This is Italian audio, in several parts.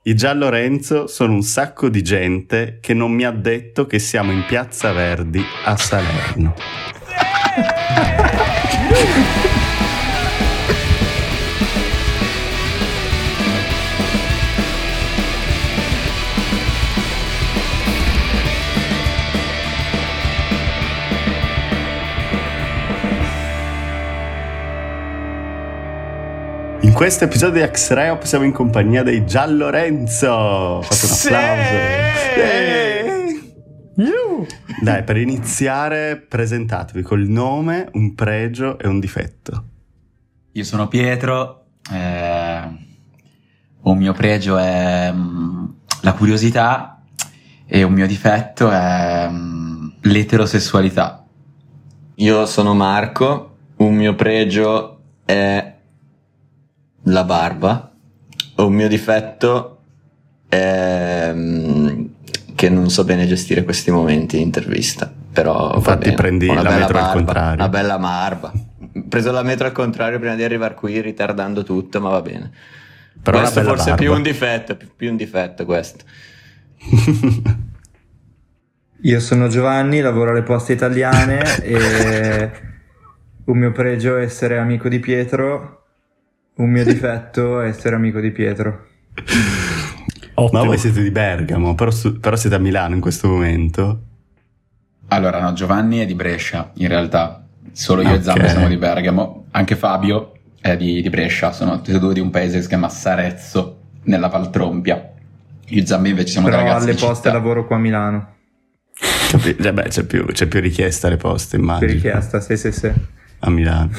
I Giallorenzo sono un sacco di gente che non mi ha detto che siamo in Piazza Verdi a Salerno. In questo episodio di X-Reo siamo in compagnia dei Giallorenzo. Fate un applauso. Dai, per iniziare presentatevi col nome, un pregio e un difetto. Io sono Pietro, un mio pregio è la curiosità e un mio difetto è l'eterosessualità. Io sono Marco, un mio pregio è la barba, un mio difetto è che non so bene gestire questi momenti di intervista, però infatti prendi la metro barba, al contrario. Una bella barba. Ho preso la metro al contrario prima di arrivare qui, ritardando tutto, ma va bene. Però questo forse barba. è più un difetto questo. Io sono Giovanni, lavoro alle Poste Italiane e un mio pregio è essere amico di Pietro, un mio difetto è essere amico di Pietro. Ma voi siete di Bergamo, però siete a Milano in questo momento? Allora no, Giovanni è di Brescia in realtà, solo io e Zampe siamo di Bergamo, anche Fabio è di Brescia, sono tutti e due di un paese che si chiama Sarezzo, nella Valtrompia. Io e Zampe invece siamo però dei ragazzi alle di Poste città. lavoro qua a Milano. Beh, c'è più richiesta alle poste, immagino. Per richiesta, sì. A Milano.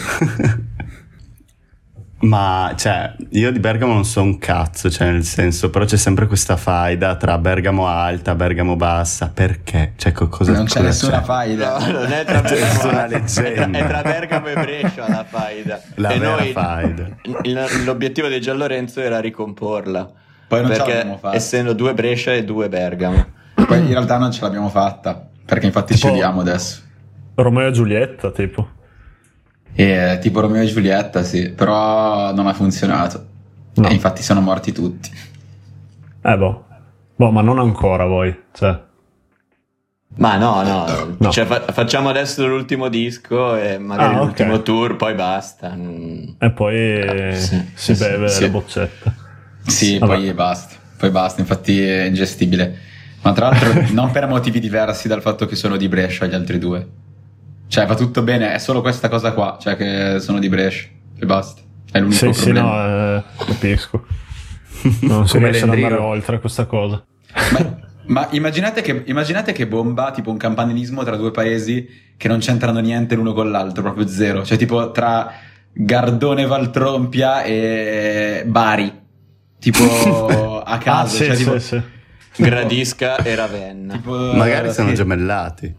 Ma, cioè, io di Bergamo non so un cazzo, cioè, nel senso, però c'è sempre questa faida tra Bergamo Alta, Bergamo Bassa, perché? Cioè, cosa Non c'è nessuna faida. No, non è tra una leggenda. È tra Bergamo e Brescia la faida. La e vera noi, faida. L'obiettivo di Giallorenzo era ricomporla. Poi non ce perché l'abbiamo fatta. essendo 2 Brescia e 2 Bergamo. Poi in realtà non ce l'abbiamo fatta, perché infatti ci odiamo adesso. Romeo e Giulietta, tipo. Tipo Romeo e Giulietta, sì, però non ha funzionato. No. E infatti sono morti tutti. Boh, ma non ancora voi, cioè. Ma no. No. Cioè, facciamo adesso l'ultimo disco e magari l'ultimo ok. tour, poi basta. E poi si beve sì. la boccetta. Sì, Vabbè. poi basta, infatti è ingestibile. Ma tra l'altro non per motivi diversi dal fatto che sono di Brescia gli altri due. Cioè va tutto bene, è solo questa cosa qua, cioè che sono di Brescia e basta. È l'unico problema. Capisco. Non si Come riesce ad andare l'Endrigo. oltre questa cosa. Ma immaginate che bomba tipo un campanilismo tra due paesi che non c'entrano niente l'uno con l'altro, proprio zero. Cioè tipo tra Gardone Valtrompia e Bari. Tipo a caso. Sì, cioè, tipo, sì. Gradisca e Ravenna. tipo, Magari sono sì. gemellati.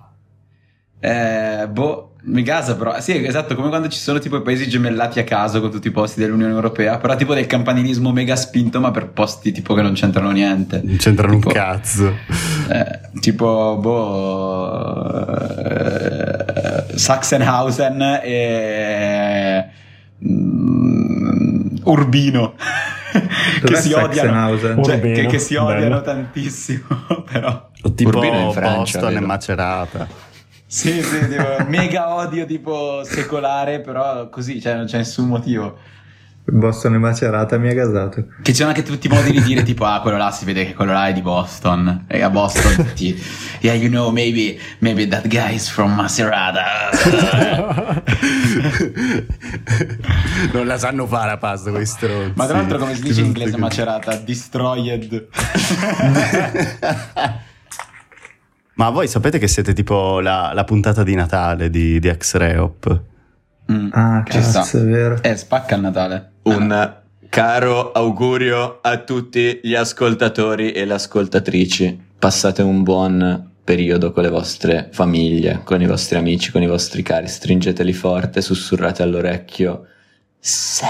Mi gasa però. Sì, esatto, come quando ci sono tipo i paesi gemellati a caso con tutti i posti dell'Unione Europea, però tipo del campanilismo mega spinto, ma per posti tipo che non c'entrano niente. Non c'entrano Tipo- un cazzo. Sachsenhausen e Urbino che si odiano, Sachsenhausen? cioè, Urbino, che si odiano bello. tantissimo però O tipo Urbino in Francia, Boston e vedo. Macerata. sì, tipo, mega odio tipo secolare, però così, cioè non c'è nessun motivo. Boston e Macerata mi ha gasato. Che ci sono anche tutti i modi di dire tipo quello là si vede che quello là è di Boston, e a Boston tutti yeah, you know, maybe that guy is from Macerata. Non la sanno fare a pasta quei stronzi. Ma tra l'altro come si dice in inglese Tutti così. Macerata? Destroyed. Ma voi sapete che siete tipo la puntata di Natale di X-Reop? Ah, Ci sta. cazzo, è vero. Spacca il Natale. Un caro augurio a tutti gli ascoltatori e le ascoltatrici. Passate un buon periodo con le vostre famiglie, con i vostri amici, con i vostri cari. Stringeteli forte, sussurrate all'orecchio. Se.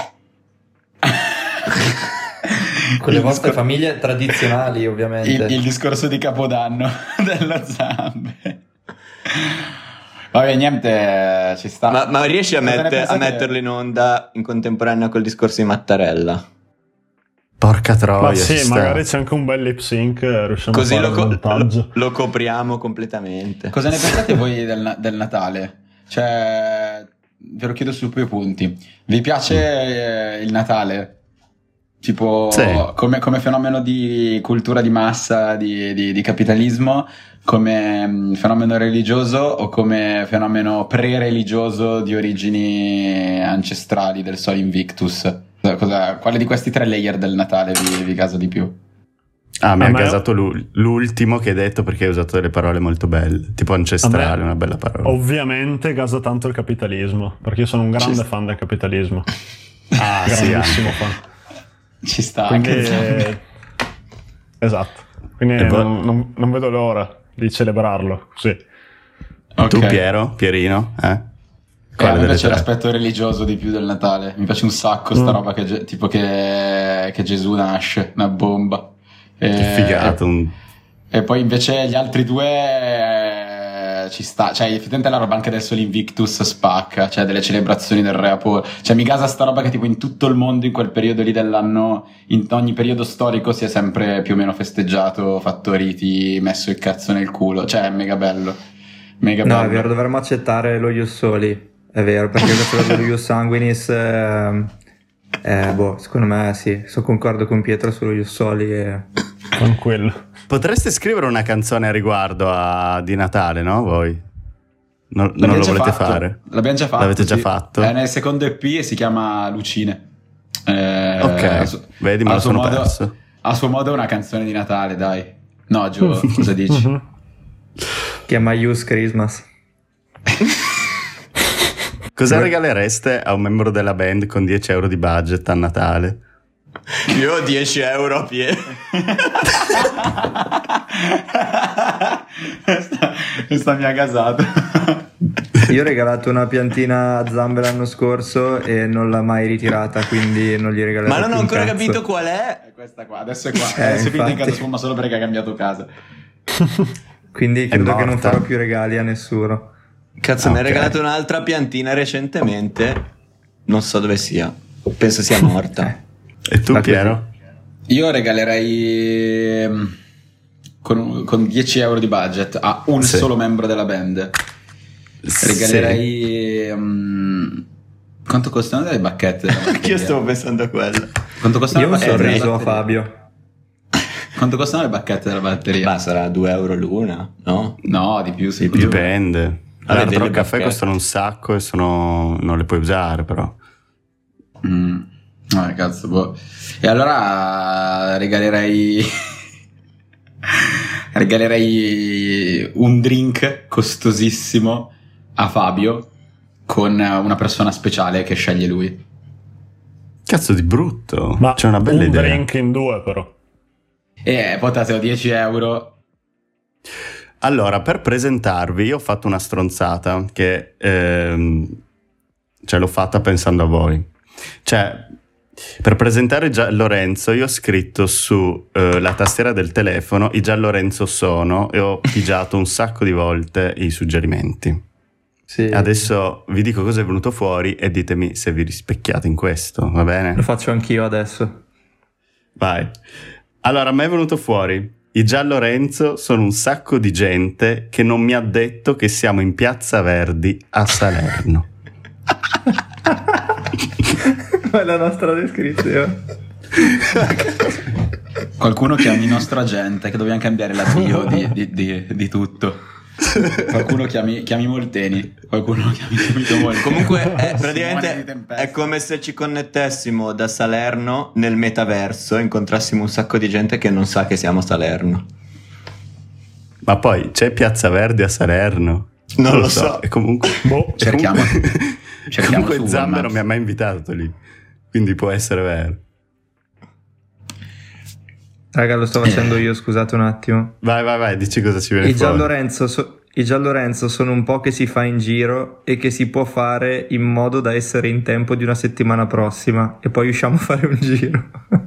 Con le vostre famiglie tradizionali, ovviamente. Il discorso di Capodanno dello Zampe. Vabbè, niente, ci sta. Ma riesci a Cosa ne pensate? metterlo in onda in contemporanea col discorso di Mattarella? Porca troia. Ma sì, ci sta. magari c'è anche un bel lip sync, riusciamo Così a fare il montaggio. lo copriamo completamente. Cosa ne pensate voi del Natale? Cioè, ve lo chiedo su due punti. Vi piace il Natale? Tipo, Sì. come fenomeno di cultura di massa, di capitalismo, come fenomeno religioso o come fenomeno pre-religioso di origini ancestrali del Sol Invictus? Quale di questi tre layer del Natale vi casa di più? Ah, mi A ha me- gasato l'ultimo che hai detto perché hai usato delle parole molto belle, tipo ancestrale, A me- una bella parola. Ovviamente gasa tanto il capitalismo, perché io sono un grande fan del capitalismo. Ah, sì, Grandissimo anche. fan. Ci sta Quindi, anche. esatto. Quindi E poi- non vedo l'ora di celebrarlo. Sì. Ok. Tu Pierino? A Quale me delle piace tre? l'aspetto religioso di più del Natale. Mi piace un sacco sta roba tipo che Gesù nasce, una bomba. Che figata. E poi invece gli altri due ci sta, cioè effettivamente la roba anche del Sol Invictus spacca, cioè delle celebrazioni del Re Apollo, cioè mi gasa sta roba che tipo in tutto il mondo in quel periodo lì dell'anno, in ogni periodo storico si è sempre più o meno festeggiato, fatto riti, messo il cazzo nel culo, cioè è mega bello, mega No, bello. è vero, dovremmo accettare lo Ius Soli, è vero, perché questo dello Ius Sanguinis, secondo me sì, concordo con Pietro sullo Ius Soli e... Tranquillo. Potreste scrivere una canzone a riguardo di Natale, no? Voi? Non L'abbiamo lo già volete fatto. fare? L'abbiamo già fatto. L'avete già sì. fatto? È nel secondo EP e si chiama Lucine. Ok, vedi, me a lo suo sono modo- perso. A suo modo è una canzone di Natale, dai. No, Gio, cosa dici? Mhm. chiama Ius Christmas. Cosa regalereste a un membro della band con 10 euro di budget a Natale? Io ho 10 euro a piede. Questa mi ha gasato. Io ho regalato una piantina a Zambe l'anno scorso e non l'ha mai ritirata, quindi non gli regalerò Ma non più ho un ancora cazzo. capito qual è. È questa qua, adesso è qua. Adesso è finita in casa infatti. sua, ma solo perché ha cambiato casa. Quindi credo che non morta. farò più regali a nessuno. Cazzo, Ah, mi ha ok. regalato un'altra piantina recentemente. Non so dove sia. Penso sia morta. E tu, Ma così. Piero? Io regalerei con 10 euro di budget a un Sì. solo membro della band. Regalerei quanto costano delle bacchette della batteria? Anch'io stavo pensando a quello. Quanto costano Io le mi bacchette della sorriso a batteria? Fabio. Quanto costano le bacchette della batteria? Ma sarà 2 euro l'una, no? No, di più, sì. Di più. Dipende. Vabbè, All'Hard delle Rock Caffè bacchette. costano un sacco e non le puoi usare, però. No, cazzo, boh. E allora regalerei un drink costosissimo a Fabio con una persona speciale che sceglie lui. Cazzo di brutto. Ma C'è una bella un idea. drink in due, però. E poi ho 10 euro. Allora, per presentarvi, io ho fatto una stronzata che l'ho fatta pensando a voi. Cioè, per presentare Lorenzo, io ho scritto su la tastiera del telefono i Gian Lorenzo sono e ho pigiato un sacco di volte i suggerimenti. Sì. Adesso vi dico cosa è venuto fuori e ditemi se vi rispecchiate in questo, va bene? Lo faccio anch'io adesso. Vai. Allora, a me è venuto fuori. I Gian Lorenzo sono un sacco di gente che non mi ha detto che siamo in Piazza Verdi a Salerno. È la nostra descrizione. Qualcuno chiami nostra gente, che dobbiamo cambiare la bio di tutto. Qualcuno chiami Molteni. Qualcuno chiami subito Molteni. Comunque è Simone di praticamente Tempesta. è come se ci connettessimo da Salerno nel metaverso e incontrassimo un sacco di gente che non sa che siamo a Salerno. Ma poi c'è Piazza Verdi a Salerno? Non lo so. E comunque, Boh. Cerchiamo comunque su Zambe Google non mi ha mai invitato lì. Quindi può essere vero. Raga, lo sto facendo io, scusate un attimo. Vai, dici cosa ci viene I Gian fuori. Lorenzo sono un po' che si fa in giro e che si può fare in modo da essere in tempo di una settimana prossima e poi usciamo a fare un giro.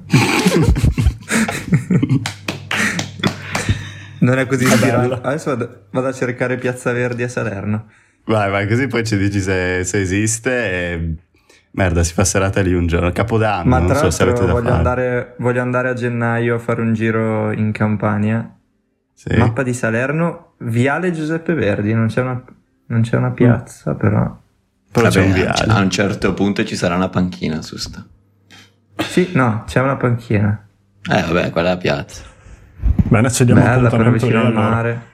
Non è così ispirante. Adesso vado a cercare Piazza Verdi a Salerno. Vai, così poi ci dici se esiste Merda, si fa serata lì un giorno. Capodanno, Ma non tra so se avete l'altro da fare. voglio andare a gennaio a fare un giro in Campania. Sì. Mappa di Salerno, Viale Giuseppe Verdi, non c'è una piazza, però. Però c'è un Vabbè, viaggio. a un certo punto ci sarà una panchina su sta. Sì, no, c'è una panchina. Vabbè, quella è la piazza. Bene, ci diamo Bella, però appuntamento lì vicino al allora. mare.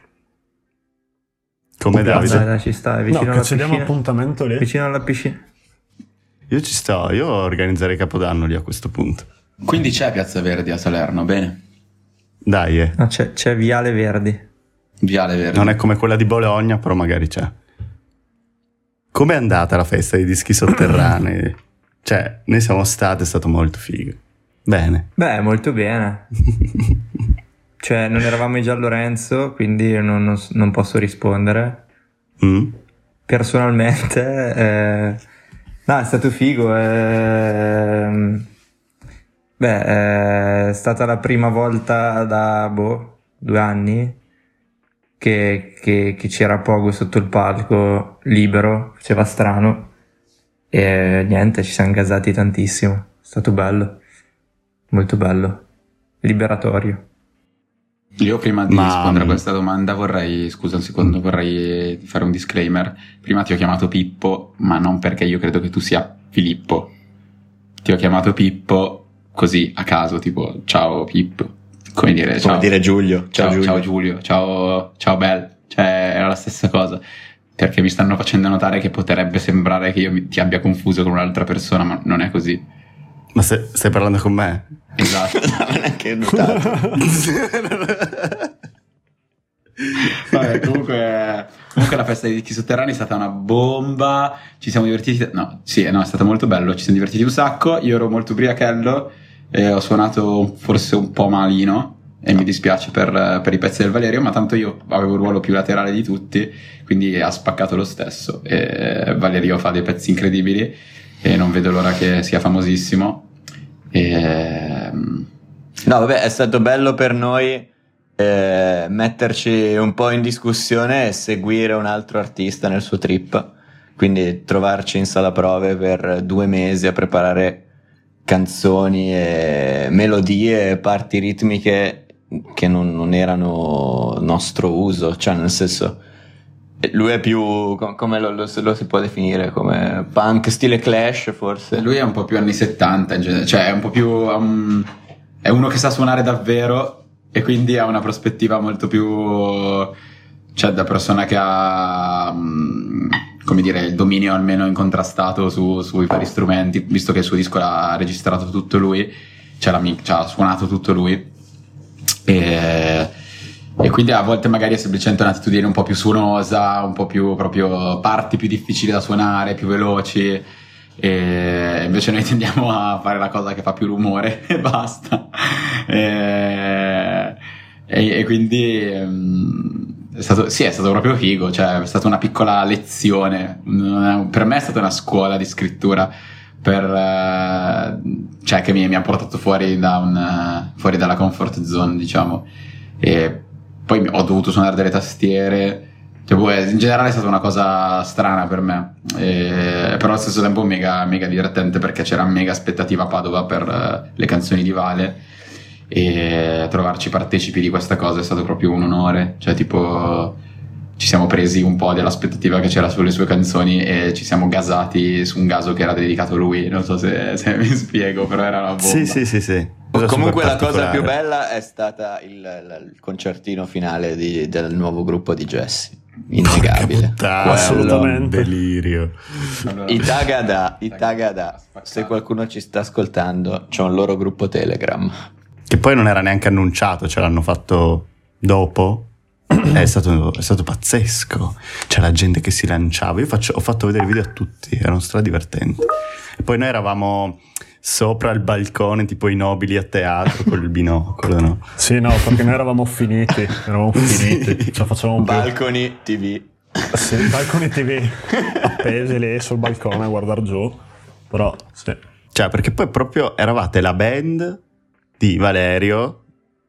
Come Davide. Dai, ci sta, è vicino No, alla che ci diamo piscina. appuntamento lì. Vicino alla piscina. Io ci sto, io organizzerei Capodanno lì a questo punto. Quindi c'è Piazza Verdi a Salerno, bene. Dai, No, c'è Viale Verdi. Viale Verdi. non è come quella di Bologna, però magari c'è. Com'è andata la festa dei dischi sotterranei? Cioè, noi siamo stati, è stato molto figo. Bene. Beh, molto bene. Cioè, non eravamo i Gian Lorenzo, quindi non posso rispondere. Personalmente, no, è stato figo. Beh, è stata la prima volta da 2 anni che c'era Pogo sotto il palco, libero, faceva strano. E niente, ci siamo gasati tantissimo. È stato bello, molto bello, liberatorio. Io prima di rispondere a questa domanda scusa un secondo, vorrei fare un disclaimer. Prima ti ho chiamato Pippo, ma non perché io credo che tu sia Filippo. Ti ho chiamato Pippo così a caso, tipo ciao Pippo. Come dire, Come dire Giulio. Ciao Giulio, ciao Bel. Cioè, era la stessa cosa. Perché mi stanno facendo notare che potrebbe sembrare che io ti abbia confuso con un'altra persona, ma non è così. Ma stai parlando con me? Esatto. Non è che notato. Vabbè, comunque la festa dei dischi sotterranei è stata una bomba. Ci siamo divertiti. No, è stato molto bello. Ci siamo divertiti un sacco. Io ero molto ubriachello e ho suonato forse un po' malino. E mi dispiace per i pezzi del Valerio, ma tanto io avevo il ruolo più laterale di tutti, quindi ha spaccato lo stesso. E Valerio fa dei pezzi incredibili e non vedo l'ora che sia famosissimo. No, vabbè, è stato bello per noi metterci un po' in discussione e seguire un altro artista nel suo trip, quindi trovarci in sala prove per 2 mesi a preparare canzoni e melodie e parti ritmiche che non erano nostro uso, cioè nel senso lui è più, come lo si può definire, come punk stile Clash forse. Lui è un po' più anni 70 in genere, cioè è un po' più è uno che sa suonare davvero e quindi ha una prospettiva molto più, cioè da persona che ha come dire il dominio almeno incontrastato sui vari strumenti, visto che il suo disco l'ha registrato tutto lui, c'ha suonato tutto lui e quindi a volte magari è semplicemente un'attitudine un po' più suonosa, un po' più proprio parti più difficili da suonare, più veloci, e invece noi tendiamo a fare la cosa che fa più rumore e basta. E quindi è stato proprio figo, cioè è stata una piccola lezione, per me è stata una scuola di scrittura cioè che mi ha portato fuori dalla comfort zone, diciamo, e poi ho dovuto suonare delle tastiere, cioè, in generale è stata una cosa strana per me, però allo stesso tempo mega, mega divertente perché c'era mega aspettativa a Padova per le canzoni di Vale e trovarci partecipi di questa cosa è stato proprio un onore, cioè tipo ci siamo presi un po' dell'aspettativa che c'era sulle sue canzoni e ci siamo gasati su un gaso che era dedicato a lui, non so se mi spiego, però era una bomba. Sì. Comunque la cosa più bella è stata il concertino finale del nuovo gruppo di Jesse, innegabile. Assolutamente. Delirio. Allora, Itagada, se qualcuno ci sta ascoltando, c'è un loro gruppo Telegram. Che poi non era neanche annunciato, ce l'hanno fatto dopo. È stato pazzesco. C'è la gente che si lanciava. Ho fatto vedere i video a tutti, erano stradivertenti. E poi noi eravamo sopra il balcone, tipo i nobili a teatro, con il binocolo, no? Sì, no, perché noi eravamo finiti. Cioè facevamo Balconi TV. Sì, balconi TV appesi lì sul balcone a guardare giù. Però, sì. Cioè, perché poi proprio eravate la band di Valerio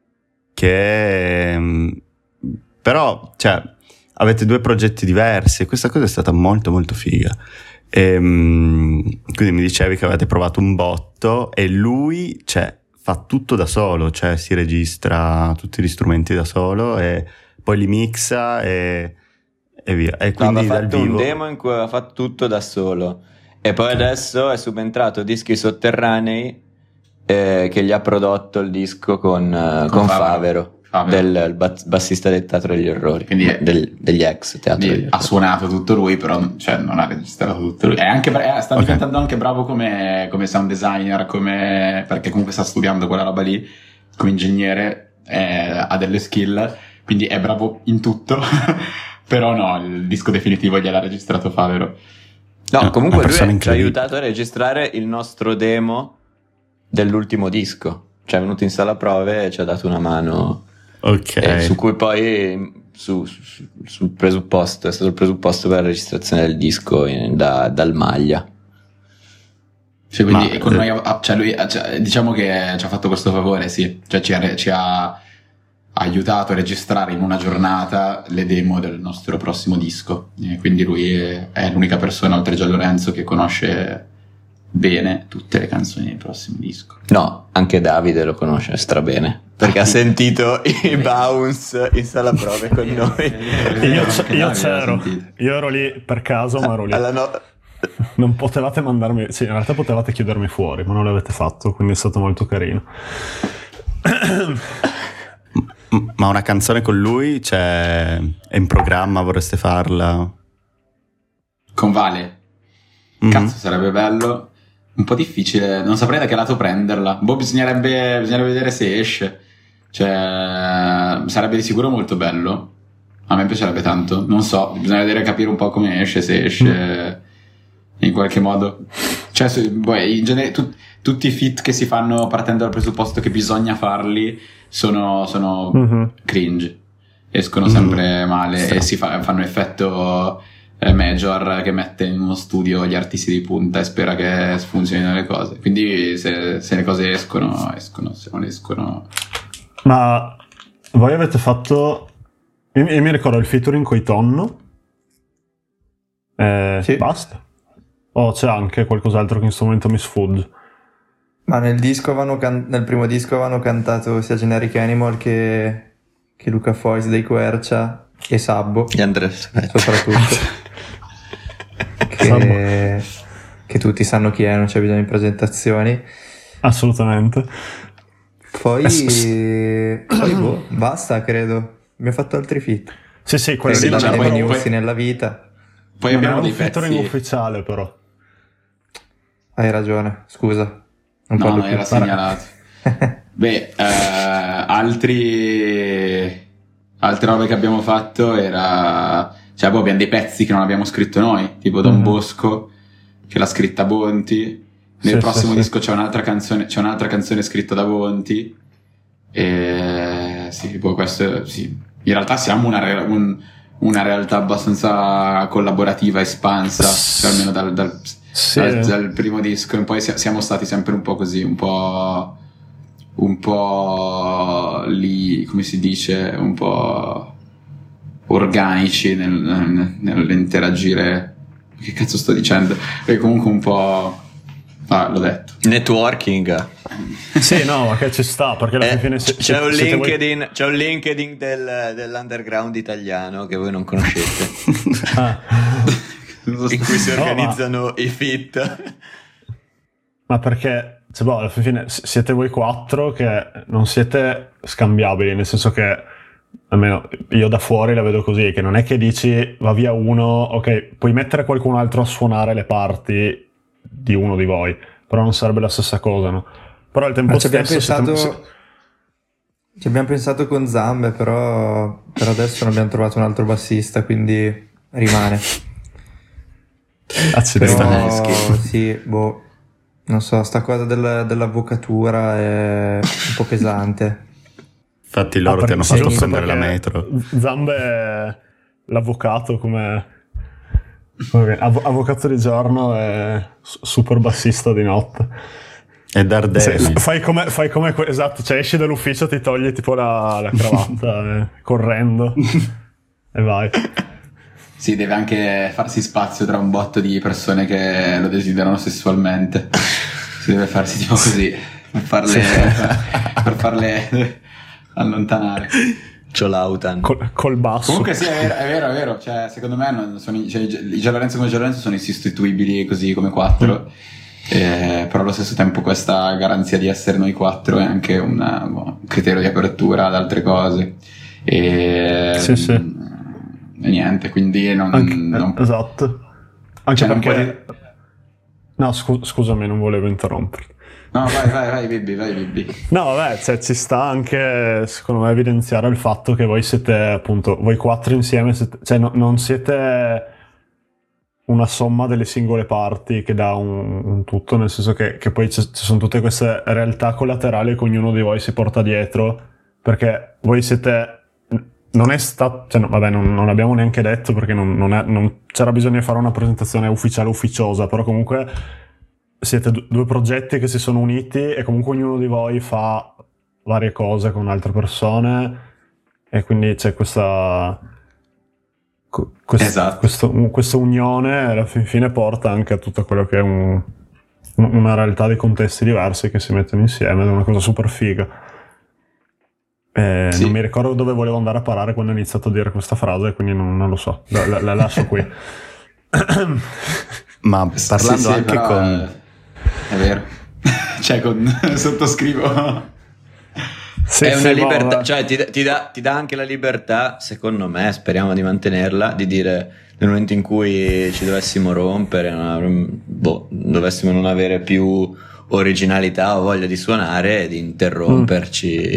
che... Però, cioè, avete 2 progetti diversi e questa cosa è stata molto molto figa. Quindi mi dicevi che avete provato un botto e lui, cioè, fa tutto da solo, cioè si registra tutti gli strumenti da solo e poi li mixa e via. E quindi aveva dal fatto vivo... un demo in cui aveva fatto tutto da solo e poi adesso è subentrato Dischi Sotterranei che gli ha prodotto il disco con Favero. Del bassista del Teatro degli Orrori, quindi degli ex Teatro degli Orrori. Ha suonato tutto lui, però cioè, non ha registrato tutto lui. È anche sta diventando anche bravo come sound designer, perché comunque sta studiando quella roba lì come ingegnere, ha delle skill, quindi è bravo in tutto. Però no, il disco definitivo gliel'ha registrato Favero. No, comunque lui ci ha incredibile. aiutato a registrare il nostro demo dell'ultimo disco, cioè è venuto in sala prove e ci ha dato una mano. Ok. Su cui poi sul presupposto è stato il presupposto per la registrazione del disco dal Maglia. Cioè, quindi con noi, cioè lui, diciamo che ci ha fatto questo favore, sì, cioè ci ha aiutato a registrare in una giornata le demo del nostro prossimo disco, e quindi lui è l'unica persona oltre a Gian Lorenzo che conosce bene tutte le canzoni del prossimo disco. No, anche Davide lo conosce strabene perché ha sentito i Bounce in sala prove con noi. Io c'ero, io ero lì per caso, ma ero lì. Non potevate mandarmi, sì, in realtà potevate chiudermi fuori, ma non l'avete fatto, quindi è stato molto carino. Ma una canzone con lui, cioè, è in programma, vorreste farla? Con Vale? Cazzo, sarebbe bello. Un po' difficile, non saprei da che lato prenderla. Bisognerebbe vedere se esce. Cioè, sarebbe di sicuro molto bello. A me piacerebbe tanto. Non so, bisogna vedere, capire un po' come esce, se esce in qualche modo. Cioè, in genere, tutti i feat che si fanno partendo dal presupposto che bisogna farli sono cringe. Escono sempre male e fanno effetto major che mette in uno studio gli artisti di punta e spera che funzionino le cose. Quindi se le cose escono, se non escono... Ma voi avete fatto... Io mi ricordo il featuring coi Tonno. Sì. Basta? O c'è anche qualcos'altro che in questo momento mi sfugge? Ma nel primo disco avevano cantato sia Generic Animal che Luca Fois dei Quercia e Sabbo. E Andrea soprattutto. che tutti sanno chi è, non c'è bisogno di presentazioni. Assolutamente. Poi basta, credo. Abbiamo fatto altri feat. Sì, quello lì non è nella vita. Poi non abbiamo dei featuring pezzi ufficiale, però. Hai ragione, scusa. No, era segnalato. Beh, altre robe che abbiamo fatto era... Cioè, abbiamo dei pezzi che non abbiamo scritto noi, tipo Don Bosco, che l'ha scritta Bonti. Nel prossimo disco c'è un'altra canzone scritta da Bonti. E sì, questo sì. In realtà siamo una realtà abbastanza collaborativa, espansa, cioè almeno dal primo disco in poi siamo stati sempre un po' così, un po' lì, come si dice, un po' organici nell'interagire. Che cazzo sto dicendo? E comunque un po'... l'ho detto. Networking. Sì, no, ma che ci sta, perché alla fine c'è un LinkedIn dell'underground italiano che voi non conoscete. In cui si organizzano i feat. Ma perché alla fine siete voi quattro che non siete scambiabili, nel senso che almeno io da fuori la vedo così, che non è che dici va via uno, ok, puoi mettere qualcun altro a suonare le parti di uno di voi, però non sarebbe la stessa cosa, no? Però al tempo stesso ci abbiamo pensato con Zambe, però per adesso non abbiamo trovato un altro bassista, quindi rimane. Però sì, non so, sta cosa dell'avvocatura è un po' pesante. Infatti loro ti hanno fatto prendere la metro. Zambe è l'avvocato come avvocato di giorno e super bassista di notte. E Dardelli. Fai come esatto, cioè esci dall'ufficio, ti togli tipo la cravatta correndo e vai. Sì, deve anche farsi spazio tra un botto di persone che lo desiderano sessualmente. Si deve farsi tipo così per farle allontanare. C'ho l'autan. Col basso. Comunque sì, è vero. Cioè, secondo me i Giallorenzo come Giallorenzo sono insostituibili così come 4. Però allo stesso tempo questa garanzia di essere noi 4 è anche un criterio di apertura ad altre cose. Sì. E niente, quindi non esatto. Anche cioè, perché no, scusami, non volevo interromperti. No, vai Bibi. No, vabbè, cioè, ci sta anche, secondo me, evidenziare il fatto che voi siete, appunto, voi 4 insieme, cioè non siete una somma delle singole parti che dà un tutto, nel senso che poi ci sono tutte queste realtà collaterali che ognuno di voi si porta dietro, perché voi siete... Non è stato, cioè, no, vabbè, non l'abbiamo neanche detto perché non c'era bisogno di fare una presentazione ufficiosa, però comunque siete due progetti che si sono uniti e comunque ognuno di voi fa varie cose con altre persone e quindi c'è questa unione e alla fine porta anche a tutto quello che è una realtà di contesti diversi che si mettono insieme ed è una cosa super figa. Sì. Non mi ricordo dove volevo andare a parare quando ho iniziato a dire questa frase, quindi non lo so, la lascio qui. Ma parlando sì, anche però, con... È vero. Cioè, sottoscrivo. Sì, è una libertà, cioè ti dà anche la libertà, secondo me, speriamo di mantenerla, di dire nel momento in cui ci dovessimo rompere, dovessimo non avere più originalità o voglia di suonare, di interrompere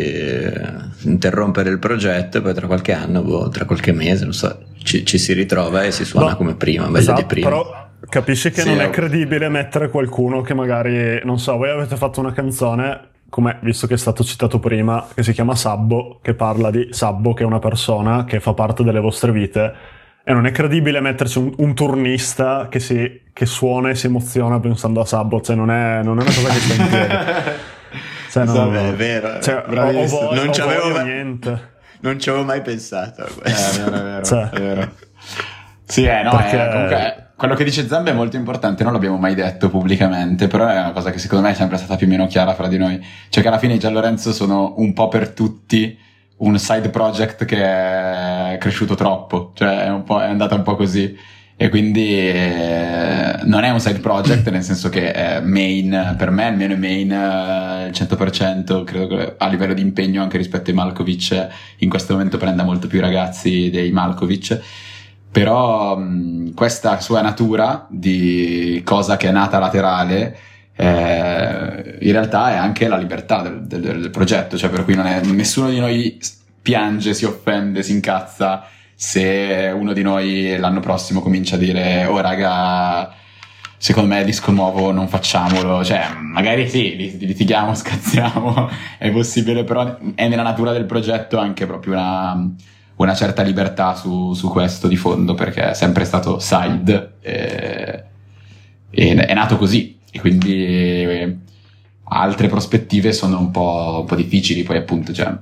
il progetto e poi tra qualche anno, tra qualche mese, non so, ci si ritrova e si suona come prima, meglio di prima. Però capisci che non è credibile mettere qualcuno che magari, non so, voi avete fatto una canzone, come visto che è stato citato prima, che si chiama Sabbo, che parla di Sabbo, che è una persona che fa parte delle vostre vite. E non è credibile metterci un turnista che suona e si emoziona pensando a Sabbo, cioè non è una cosa che sta in piedi. Cioè, è vero, cioè, non c'avevo niente. Non ci avevo mai pensato a questo. È vero. Cioè, è vero. Sì, no, perché... comunque quello che dice Zambe è molto importante, non l'abbiamo mai detto pubblicamente, però è una cosa che secondo me è sempre stata più o meno chiara fra di noi. Cioè che alla fine i Giallorenzo sono un po' per tutti un side project che è cresciuto troppo, cioè è andata un po' così e quindi non è un side project nel senso che è main, per me almeno è main il 100%, credo che a livello di impegno anche rispetto ai Malkovich in questo momento prenda molto più ragazzi dei Malkovich, però questa sua natura di cosa che è nata laterale in realtà è anche la libertà del progetto, cioè per cui nessuno di noi piange, si offende, si incazza se uno di noi l'anno prossimo comincia a dire oh raga, secondo me disco nuovo non facciamolo, cioè magari sì, litighiamo, scazziamo, è possibile, però è nella natura del progetto anche proprio una certa libertà su questo di fondo, perché è sempre stato side e è nato così. E quindi altre prospettive sono un po' difficili, poi appunto cioè,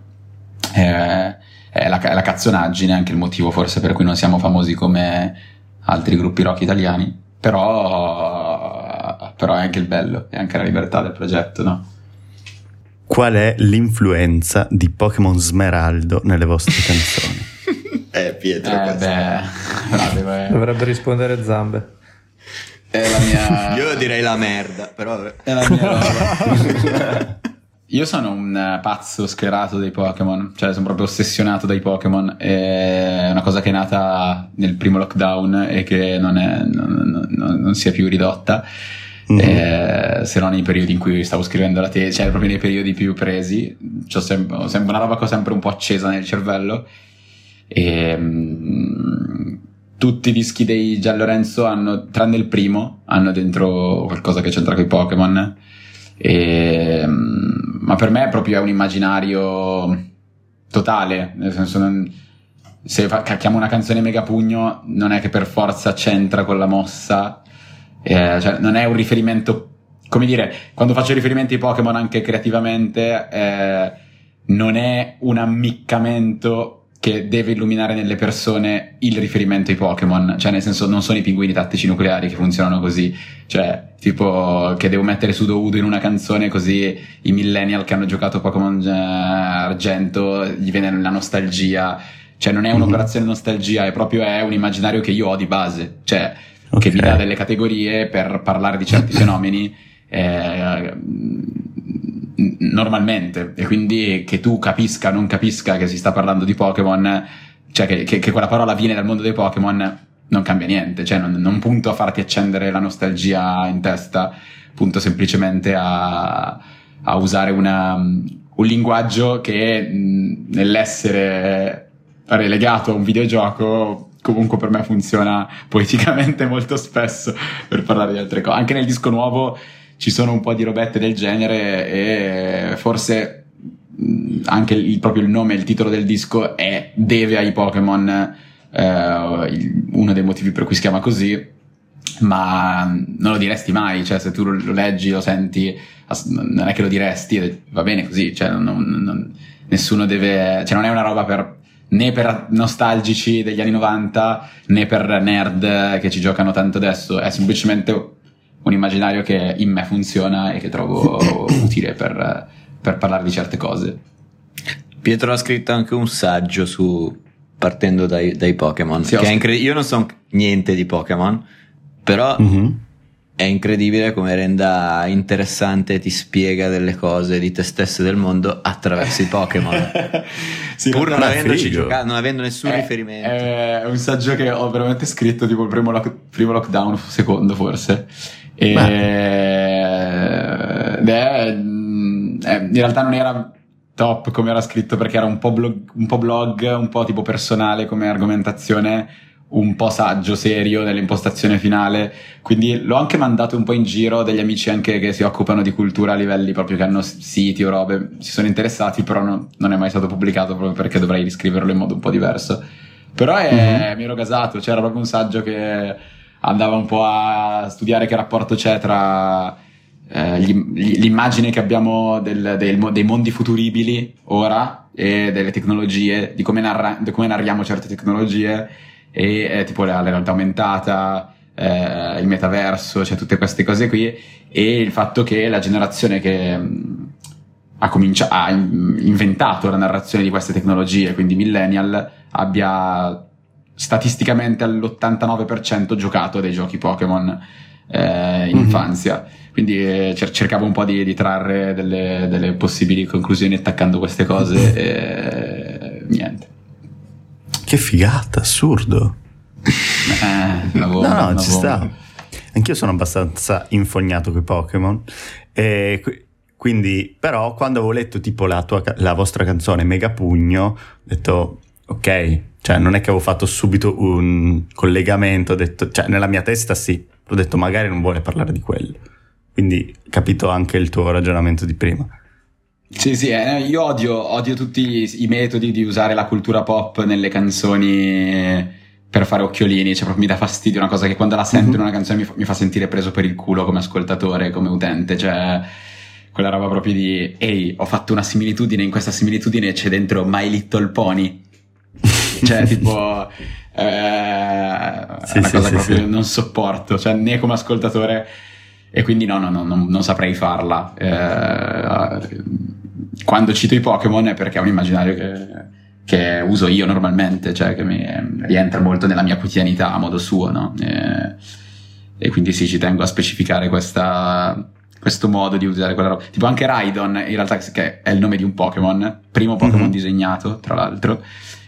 è la cazzonaggine anche il motivo forse per cui non siamo famosi come altri gruppi rock italiani, però è anche il bello, è anche la libertà del progetto, no? Qual è l'influenza di Pokémon Smeraldo nelle vostre canzoni? Pietro, dovrebbe rispondere Zambe. È la mia... Io direi la merda, però è la mia roba. Io sono un pazzo sclerato dei Pokémon, cioè sono proprio ossessionato dai Pokémon, è una cosa che è nata nel primo lockdown e che non si è più ridotta, se non nei periodi in cui stavo scrivendo la tesi, cioè proprio nei periodi più presi, c'ho sempre una roba che ho sempre un po' accesa nel cervello e... Tutti i dischi dei Giallorenzo hanno, tranne il primo, hanno dentro qualcosa che c'entra con i Pokémon. Ma per me proprio è un immaginario totale, nel senso se chiamo una canzone Megapugno non è che per forza c'entra con la mossa, cioè non è un riferimento, come dire, quando faccio riferimento ai Pokémon anche creativamente non è un ammiccamento che deve illuminare nelle persone il riferimento ai Pokémon, cioè nel senso non sono i pinguini tattici nucleari che funzionano così, cioè tipo che devo mettere Sudowoodo in una canzone così i millennial che hanno giocato Pokémon Argento gli viene la nostalgia, cioè non è un'operazione nostalgia, è un immaginario che io ho di base, cioè che mi dà delle categorie per parlare di certi fenomeni normalmente, e quindi che tu capisca non capisca che si sta parlando di Pokémon, cioè che quella parola viene dal mondo dei Pokémon, non cambia niente, cioè non punto a farti accendere la nostalgia in testa, punto semplicemente a usare un linguaggio che nell'essere relegato a un videogioco comunque per me funziona poeticamente molto spesso per parlare di altre cose. Anche nel disco nuovo ci sono un po' di robette del genere, e forse anche proprio il nome, il titolo del disco deve ai Pokémon, uno dei motivi per cui si chiama così, ma non lo diresti mai, cioè se tu lo leggi, lo senti, non è che lo diresti, va bene così, cioè nessuno deve, cioè non è una roba né per nostalgici degli anni 90 né per nerd che ci giocano tanto adesso, è semplicemente un immaginario che in me funziona e che trovo utile per parlare di certe cose. Pietro ha scritto anche un saggio partendo dai Pokémon, sì, che è io non so niente di Pokémon, però è incredibile come renda interessante e ti spiega delle cose di te stesso e del mondo attraverso i Pokémon. Sì, pur non avendoci giocato, non avendo nessun riferimento. È un saggio che ho veramente scritto tipo il primo lockdown, secondo forse, in realtà non era top come era scritto, perché era un po' blog, un po' tipo personale come argomentazione, un po' saggio serio nell'impostazione finale, quindi l'ho anche mandato un po' in giro, degli amici anche che si occupano di cultura a livelli proprio, che hanno siti o robe, si sono interessati, però non è mai stato pubblicato proprio perché dovrei riscriverlo in modo un po' diverso, però mi ero gasato, c'era proprio un saggio che andava un po' a studiare che rapporto c'è tra l'immagine che abbiamo dei mondi futuribili ora e delle tecnologie, di come narriamo certe tecnologie, e tipo la realtà aumentata, il metaverso, cioè tutte queste cose qui, e il fatto che la generazione che ha inventato la narrazione di queste tecnologie, quindi millennial, abbia statisticamente all'89% giocato a dei giochi Pokémon in infanzia, quindi cercavo un po' di trarre delle possibili conclusioni attaccando queste cose, e niente. Che figata, assurdo. Lavoro. Ci sta. Anch'io sono abbastanza infognato coi Pokémon, quindi però quando avevo letto tipo la vostra canzone Megapugno, ho detto ok, cioè non è che avevo fatto subito un collegamento, ho detto, cioè nella mia testa sì, ho detto magari non vuole parlare di quello, quindi capito anche il tuo ragionamento di prima. Sì, io odio tutti i metodi di usare la cultura pop nelle canzoni per fare occhiolini, cioè proprio mi dà fastidio, una cosa che quando la sento in una canzone mi fa sentire preso per il culo come ascoltatore, come utente, cioè quella roba proprio di ehi, ho fatto una similitudine, in questa similitudine c'è dentro My Little Pony, cioè tipo è una cosa proprio non sopporto, cioè né come ascoltatore, e quindi non saprei farla. Quando cito i Pokémon è perché è un immaginario che uso io normalmente, cioè che mi rientra molto nella mia quotidianità a modo suo, no? E quindi sì, ci tengo a specificare questo modo di usare quella roba. Tipo anche Raidon, in realtà, che è il nome di un Pokémon, primo Pokémon disegnato, tra l'altro,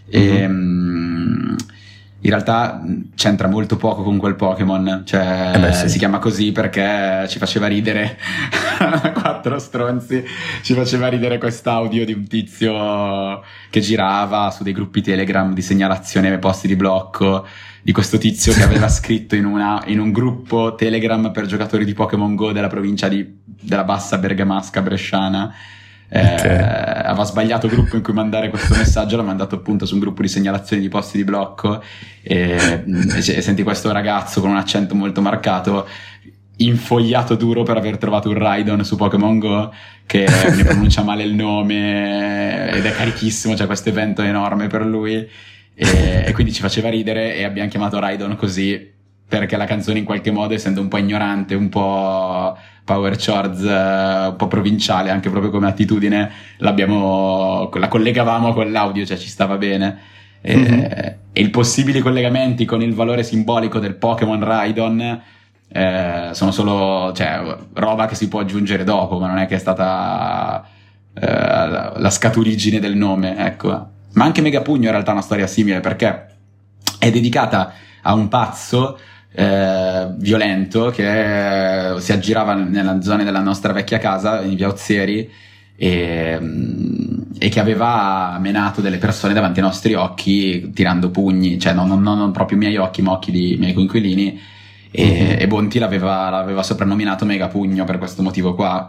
in realtà c'entra molto poco con quel Pokémon, cioè sì. Si chiama così perché ci faceva ridere, 4 stronzi, ci faceva ridere quest'audio di un tizio che girava su dei gruppi Telegram di segnalazione ai posti di blocco, di questo tizio che aveva scritto in un gruppo Telegram per giocatori di Pokémon Go della provincia della bassa bergamasca bresciana. Aveva sbagliato gruppo in cui mandare questo messaggio, l'ha mandato appunto su un gruppo di segnalazioni di posti di blocco, e senti questo ragazzo con un accento molto marcato infogliato duro per aver trovato un Raidon su Pokémon Go che ne pronuncia male il nome ed è carichissimo, c'è questo evento enorme per lui e quindi ci faceva ridere e abbiamo chiamato Raidon così perché la canzone in qualche modo, essendo un po' ignorante, un po' Power Chords, un po' provinciale anche proprio come attitudine, la collegavamo con l'audio, cioè ci stava bene. E i possibili collegamenti con il valore simbolico del Pokémon Raidon sono solo, cioè, roba che si può aggiungere dopo, ma non è che è stata la scaturigine del nome, ecco. Ma anche Megapugno in realtà è una storia simile, perché è dedicata a un pazzo violento che si aggirava nella zona della nostra vecchia casa in via Ozieri e che aveva menato delle persone davanti ai nostri occhi tirando pugni, cioè non proprio i miei occhi ma occhi di miei coinquilini e Bonti l'aveva soprannominato Megapugno per questo motivo qua.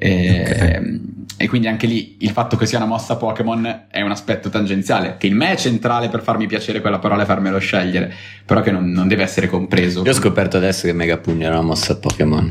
E quindi anche lì il fatto che sia una mossa Pokémon è un aspetto tangenziale che in me è centrale per farmi piacere quella parola e farmelo scegliere, però che non deve essere compreso. Io ho scoperto adesso che Megapugno era una mossa Pokémon.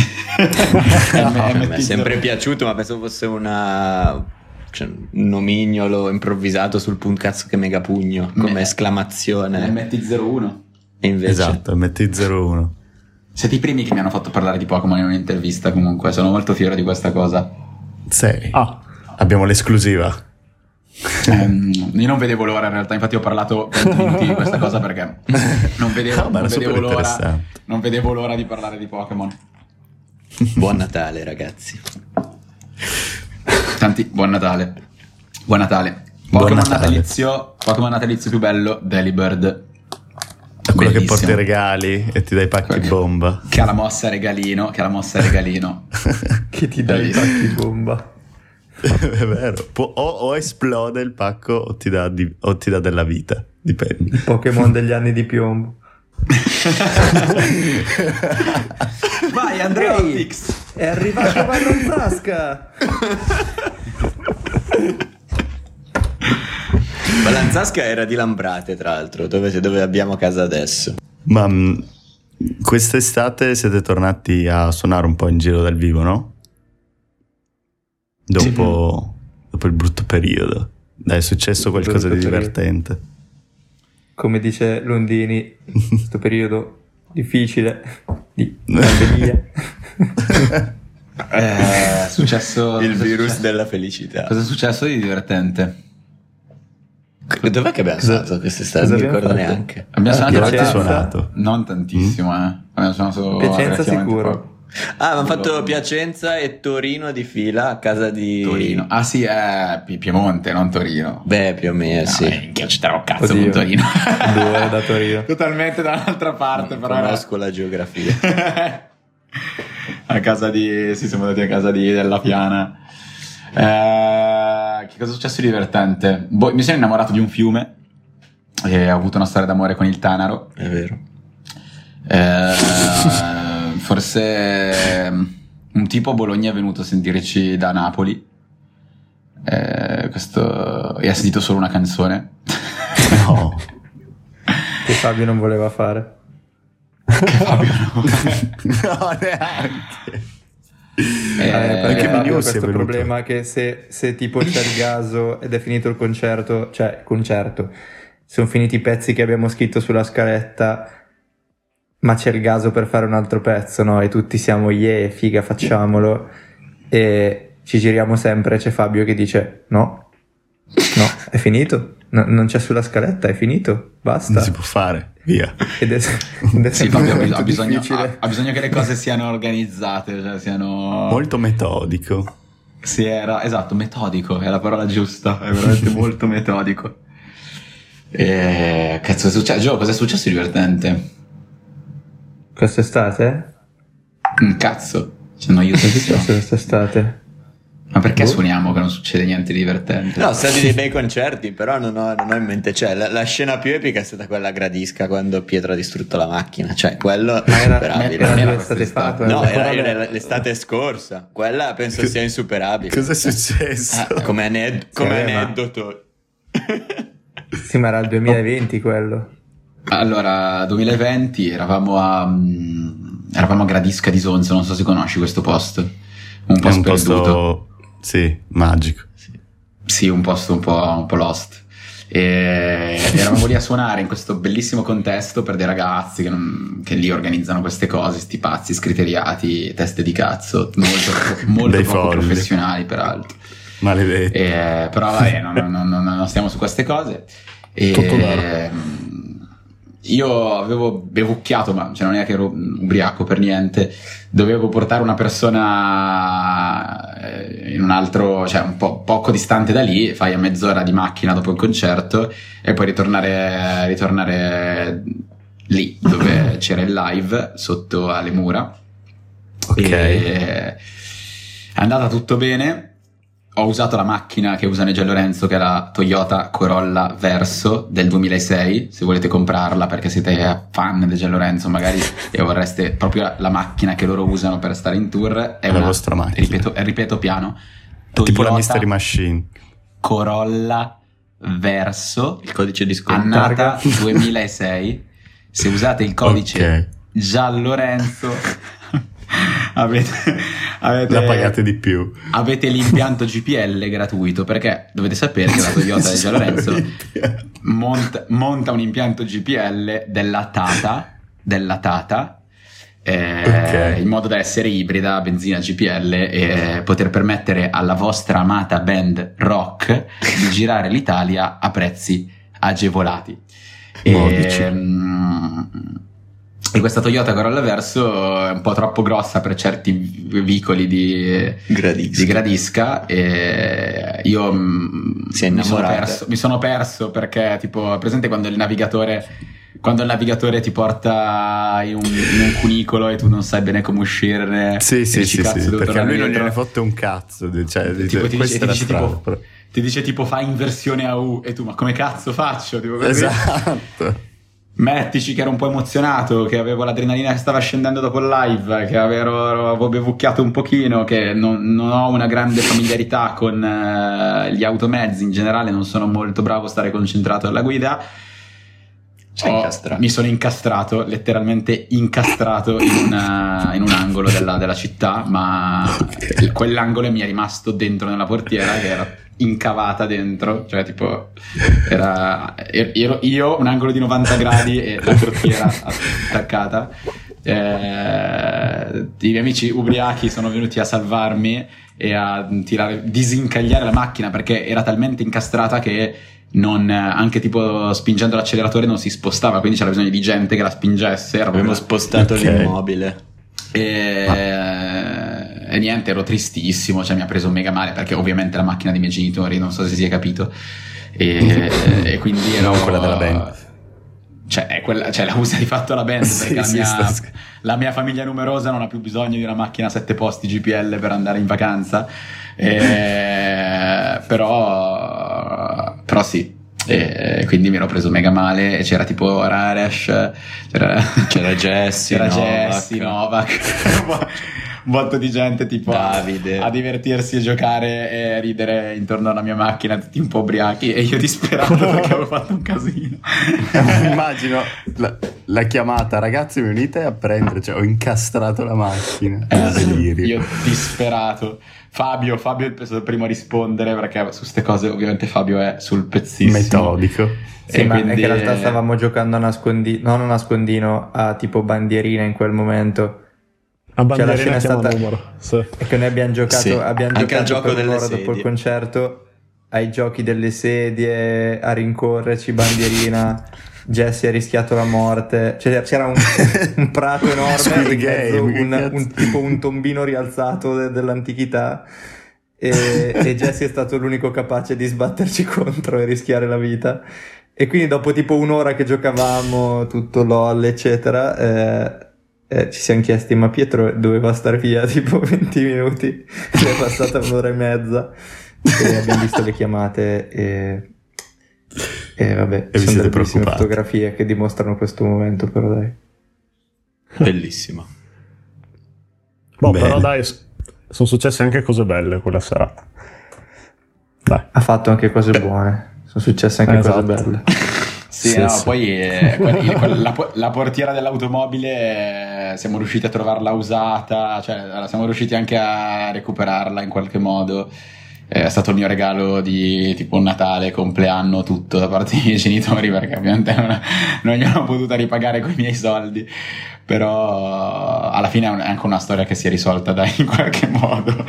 Mi è sempre piaciuto, ma pensavo fosse un nomignolo improvvisato sul punto cazzo che Megapugno come esclamazione. MT01. E invece Esatto, MT01. Siete i primi che mi hanno fatto parlare di Pokémon in un'intervista, comunque sono molto fiero di questa cosa. Sei. Abbiamo l'esclusiva. Io non vedevo l'ora in realtà, infatti ho parlato 20 minuti di questa cosa perché non vedevo l'ora di parlare di Pokémon. Buon Natale ragazzi. Tanti, buon Natale. Pokémon natalizio più bello, Delibird. Quello Bellissimo. che porta i regali e ti dai pacchi bomba. Che ha la mossa regalino. Che ti dà i pacchi bomba. È vero. O esplode il pacco o ti dà della vita. Dipende. Il Pokémon degli anni di piombo. Vai Andreotix. È arrivato Vallanzasca. Vallanzasca era di Lambrate, tra l'altro, dove abbiamo casa adesso. Ma quest'estate siete tornati a suonare un po' in giro dal vivo, no? Dopo il brutto periodo. Dai, è successo qualcosa di divertente. Come dice Londini, questo periodo difficile di pandemia. È successo il virus della felicità. Cosa è successo di divertente? Dov'è che abbiamo suonato quest'estate? Non mi ricordo neanche. Abbiamo suonato. Non tantissimo, Abbiamo suonato Piacenza sicuro. Abbiamo fatto Piacenza e Torino di fila a casa di Torino. Ah sì, è Piemonte, non Torino. Beh, più o meno, sì. Che c'era un cazzo con Torino. 2 ore da Torino. Totalmente dall'altra parte, Non però. conosco la geografia. Siamo andati a casa della Piana. Che cosa è successo di divertente? Mi sono innamorato di un fiume e ho avuto una storia d'amore con il Tanaro. È vero. Forse un tipo a Bologna è venuto a sentirci da Napoli. Questo e ha sentito solo una canzone. No. Che Fabio non voleva fare. No, neanche. Perché Mignosi Fabio ha è questo venuto. problema che se tipo c'è il gaso ed è finito il concerto, sono finiti i pezzi che abbiamo scritto sulla scaletta, ma c'è il gaso per fare un altro pezzo, no? E tutti siamo figa, facciamolo, e ci giriamo sempre, c'è Fabio che dice no, è finito, non c'è sulla scaletta, è finito, basta. Non si può fare, via. Ed è Sì, Fabio ha bisogno che le cose siano organizzate, cioè siano Molto metodico. esatto, metodico è la parola giusta, è veramente molto metodico. Cazzo, è successo? Gio, cosa è successo di divertente? Quest'estate? Cazzo, c'è noiosissimo. Quest'estate? Ma perché suoniamo che non succede niente di divertente? No, sono stati dei bei concerti, però non ho in mente. Cioè, la scena più epica è stata quella a Gradisca quando Pietro ha distrutto la macchina. Cioè, quello è insuperabile. Era l'estate fa. No, era l'estate scorsa. Quella penso sia insuperabile. Cosa è successo? Come aneddoto. Sì, ma era il 2020 quello. Allora, 2020 eravamo eravamo a Gradisca di Sonzo, non so se conosci questo posto, un po' È un sperduto. posto, sì, magico. Sì, un posto un po' lost. E eravamo lì a suonare in questo bellissimo contesto per dei ragazzi che lì organizzano queste cose, sti pazzi scriteriati, teste di cazzo, molto Dei poco folli. professionali peraltro. Maledetti. Però vabbè, non stiamo su queste cose. Tutto vero. Io avevo bevucchiato, ma non è che ero ubriaco per niente. Dovevo portare una persona in un altro, cioè un po' poco distante da lì. Fai a mezz'ora di macchina dopo il concerto e poi ritornare lì dove c'era il live, sotto alle mura. Ok. È andata tutto bene. Ho usato la macchina che usa Neggia Lorenzo, che è la Toyota Corolla Verso del 2006, se volete comprarla perché siete fan di Gian Lorenzo magari e vorreste proprio la macchina che loro usano per stare in tour. È la vostra macchina. Ripeto piano, È tipo la Toyota Mystery Machine. Corolla Verso, Il codice di sconto. annata 2006. Se usate il codice Ok. Gian Lorenzo avete La pagate di più. avete l'impianto GPL gratuito, perché dovete sapere che la Toyota di Gian Lorenzo monta un impianto GPL della Tata Ok. in modo da essere ibrida, benzina GPL, e poter permettere alla vostra amata band rock di girare l'Italia a prezzi agevolati. Modici. E questa Toyota Corolla Verso è un po' troppo grossa per certi vicoli di Gradisca, e io Si è innamorata. mi sono perso perché, tipo, presente quando il navigatore ti porta in un cunicolo e tu non sai bene come uscirne? Sì, e sì, dici, sì, "Cazzo, sì, devo perché a lui tornare non gliene dietro". fotte un cazzo. Cioè, Tipo, ti questa è la dice, strada. tipo, ti dice tipo fai inversione a U e tu ma come cazzo faccio? Tipo, così. Esatto. Mettici che ero un po' emozionato, che avevo l'adrenalina che stava scendendo dopo il live, che avevo bevucchiato un pochino, che non ho una grande familiarità con gli automezzi in generale, non sono molto bravo a stare concentrato alla guida. Mi sono incastrato, letteralmente incastrato in un angolo della città, ma quell'angolo mi è rimasto dentro nella portiera, che era incavata dentro, cioè tipo ero io, un angolo di 90 gradi e la portiera attaccata. I miei amici ubriachi sono venuti a salvarmi e a disincagliare la macchina, perché era talmente incastrata che anche tipo spingendo l'acceleratore non si spostava, quindi c'era bisogno di gente che la spingesse. Abbiamo spostato Ok. l'immobile. E niente, ero tristissimo, cioè mi ha preso mega male, perché ovviamente la macchina dei miei genitori, non so se si è capito, e quindi ero Non quella della band. cioè la usa di fatto la band, Sì, perché sì, la mia famiglia numerosa non ha più bisogno di una macchina a 7 posti GPL per andare in vacanza, però sì. E quindi mi ero preso mega male, e c'era tipo Raresh, C'era Jesse, Novak, un botto di gente tipo Davide. a divertirsi e giocare e a ridere intorno alla mia macchina, tutti un po' ubriachi, e io disperato perché avevo fatto un casino. Immagino la chiamata, ragazzi venite a prendere, cioè ho incastrato la macchina. Delirio. Io disperato. Fabio è il primo a rispondere, perché su ste cose ovviamente Fabio è sul pezzissimo. Metodico. Sì, E ma quindi- è che in realtà stavamo giocando a nascondino, non a nascondino, a tipo bandierina in quel momento. A Cioè, la bandierina scena è chiama stata- numero. Sì. E che noi abbiamo giocato, Sì, abbiamo anche al giocato gioco per delle un'ora dopo il sedie. concerto ai giochi delle sedie, a rincorrerci, bandierina. Jesse ha rischiato la morte. Cioè, c'era un prato enorme, Squid in mezzo Game, che cazzo. tipo un tombino rialzato dell'antichità. E Jesse è stato l'unico capace di sbatterci contro e rischiare la vita. E quindi dopo tipo un'ora che giocavamo, tutto LOL eccetera, ci siamo chiesti, ma Pietro doveva stare via tipo 20 minuti, è passata un'ora e mezza e abbiamo visto le chiamate e vabbè, vi ci sono siete delle bellissime preoccupati. fotografie che dimostrano questo momento, però dai. Bellissimo. Boh, Bene. però dai, sono successe anche cose belle quella serata. Dai. Ha fatto anche cose buone, sono successe anche Esatto. cose belle. Sì, Sì, no, sì. poi la portiera dell'automobile siamo riusciti a trovarla usata, cioè siamo riusciti anche a recuperarla in qualche modo. È stato il mio regalo di tipo Natale, compleanno, tutto da parte dei miei genitori, perché ovviamente non gliel'ho potuta ripagare con i miei soldi, però alla fine è anche una storia che si è risolta in qualche modo.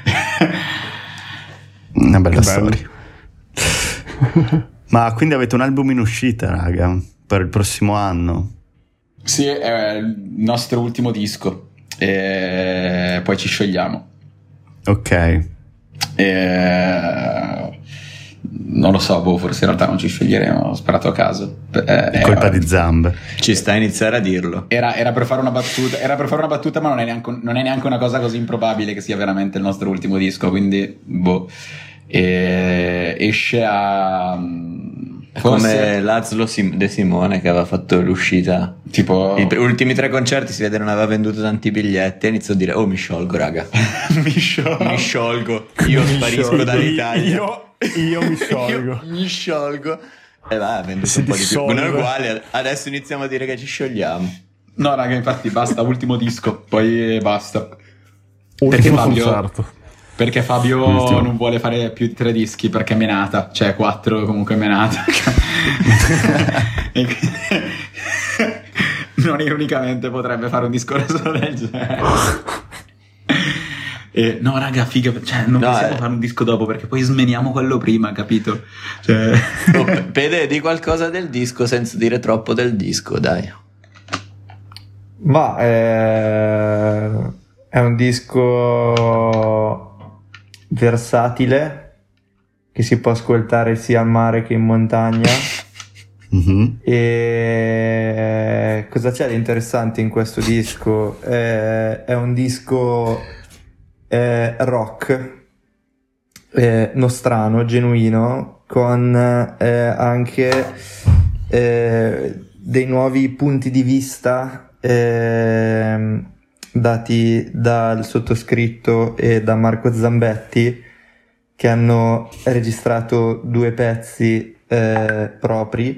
Una bella storia. Ma quindi avete un album in uscita, raga, per il prossimo anno? Sì, è il nostro ultimo disco e poi ci sciogliamo. Ok. Non lo so, forse in realtà non ci scioglieremo, ho sparato a caso. È colpa di Zambe. Ci sta a iniziare a dirlo. Era per fare una battuta, ma non è neanche una cosa così improbabile che sia veramente il nostro ultimo disco, quindi boh. Esce a come Laszlo De Simone, che aveva fatto l'uscita, tipo gli ultimi 3 concerti, si vede non aveva venduto tanti biglietti e iniziò a dire: oh, mi sciolgo, raga. mi sciolgo, io sparisco dall'Italia, io mi sciolgo. mi sciolgo. E va, ha venduto un po' di più. Non è uguale, adesso iniziamo a dire che ci sciogliamo. No raga, infatti basta, ultimo disco, poi basta. Ultimo concerto. Perché Fabio non vuole fare più di 3 dischi perché è menata, cioè 4 comunque è menata. Non ironicamente potrebbe fare un discorso del genere. No raga, figa, cioè non possiamo fare un disco dopo perché poi smeniamo quello prima, capito? Cioè... Pede, di qualcosa del disco senza dire troppo del disco, dai. Ma è un disco versatile che si può ascoltare sia al mare che in montagna. Mm-hmm. E cosa c'è di interessante in questo disco? È un disco rock nostrano, genuino, con anche dei nuovi punti di vista dati dal sottoscritto e da Marco Zambetti, che hanno registrato 2 pezzi propri,